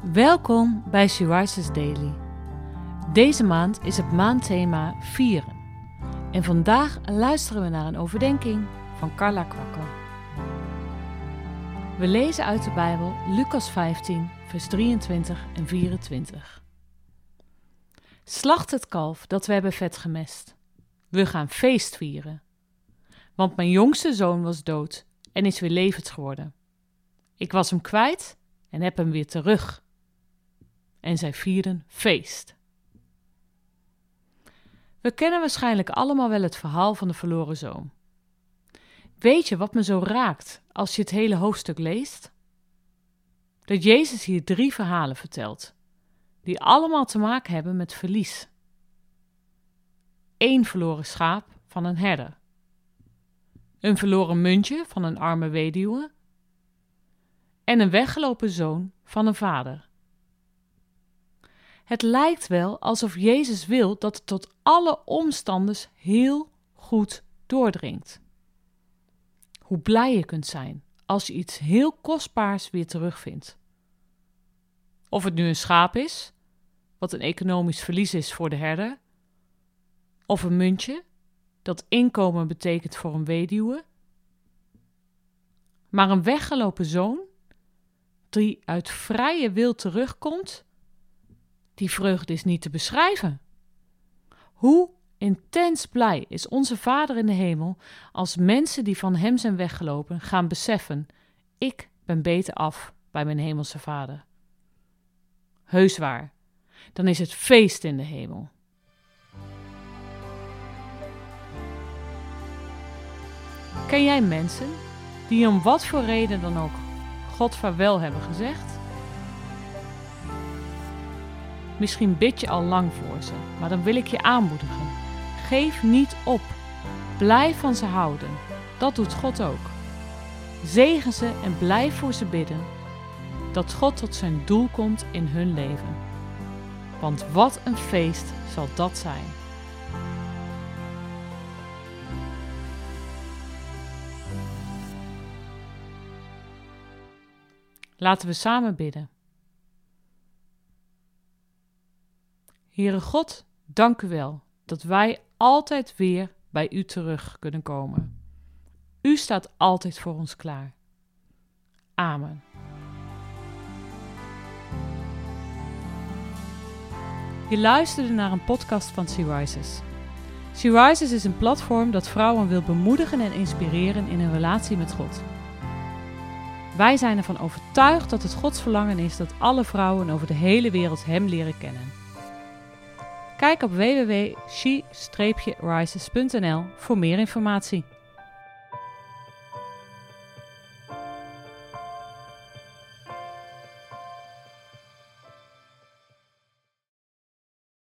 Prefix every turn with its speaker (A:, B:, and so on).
A: Welkom bij She Rises Daily. Deze maand is het maandthema vieren. En vandaag luisteren we naar een overdenking van Carla Kwakker. We lezen uit de Bijbel Lucas 15, vers 23 en 24. Slacht het kalf dat we hebben vet gemest. We gaan feest vieren. Want mijn jongste zoon was dood en is weer levend geworden. Ik was hem kwijt en heb hem weer terug. En zij vierden feest. We kennen waarschijnlijk allemaal wel het verhaal van de verloren zoon. Weet je wat me zo raakt als je het hele hoofdstuk leest? Dat Jezus hier 3 verhalen vertelt, die allemaal te maken hebben met verlies. 1 verloren schaap van een herder. Een verloren muntje van een arme weduwe. En een weggelopen zoon van een vader. Het lijkt wel alsof Jezus wil dat het tot alle omstanders heel goed doordringt. Hoe blij je kunt zijn als je iets heel kostbaars weer terugvindt. Of het nu een schaap is, wat een economisch verlies is voor de herder, of een muntje, dat inkomen betekent voor een weduwe. Maar een weggelopen zoon, die uit vrije wil terugkomt, die vreugde is niet te beschrijven. Hoe intens blij is onze Vader in de hemel als mensen die van hem zijn weggelopen gaan beseffen: ik ben beter af bij mijn hemelse Vader. Heus waar, dan is het feest in de hemel. Ken jij mensen die om wat voor reden dan ook God vaarwel hebben gezegd? Misschien bid je al lang voor ze, maar dan wil ik je aanmoedigen. Geef niet op. Blijf van ze houden. Dat doet God ook. Zegen ze en blijf voor ze bidden, dat God tot zijn doel komt in hun leven. Want wat een feest zal dat zijn. Laten we samen bidden. Heere God, dank u wel dat wij altijd weer bij u terug kunnen komen. U staat altijd voor ons klaar. Amen. Je luisterde naar een podcast van She Rises. She Rises is een platform dat vrouwen wil bemoedigen en inspireren in hun relatie met God. Wij zijn ervan overtuigd dat het Gods verlangen is dat alle vrouwen over de hele wereld hem leren kennen. Kijk op www.she-rises.nl voor meer informatie.